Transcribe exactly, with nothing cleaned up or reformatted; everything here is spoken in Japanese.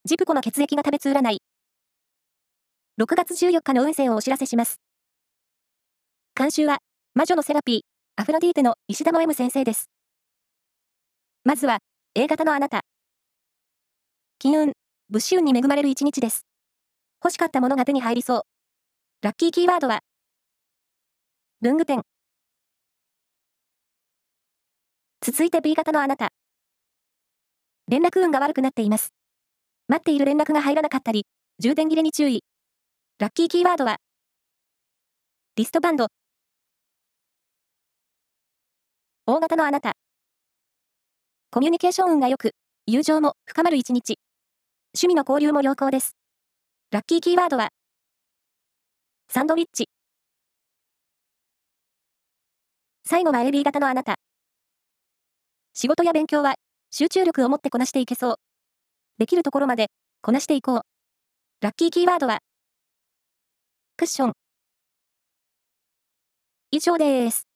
ジプコの血液が食べつ占い。ろくがつじゅうよっかの運勢をお知らせします。監修は、魔女のセラピー、アフロディーテの石田の M 先生です。まずは、A 型のあなた。金運、物資運に恵まれる一日です。欲しかったものが手に入りそう。ラッキーキーワードは、文具ペン。続いて B 型のあなた。連絡運が悪くなっています。待っている連絡が入らなかったり、充電切れに注意。ラッキーキーワードは、リストバンド。O 型のあなた。コミュニケーション運が良く、友情も深まる一日。趣味の交流も良好です。ラッキーキーワードは、サンドウィッチ。最後は エービー 型のあなた。仕事や勉強は、集中力を持ってこなしていけそう。できるところまで、こなしていこう。ラッキーキーワードは、クッション。以上です。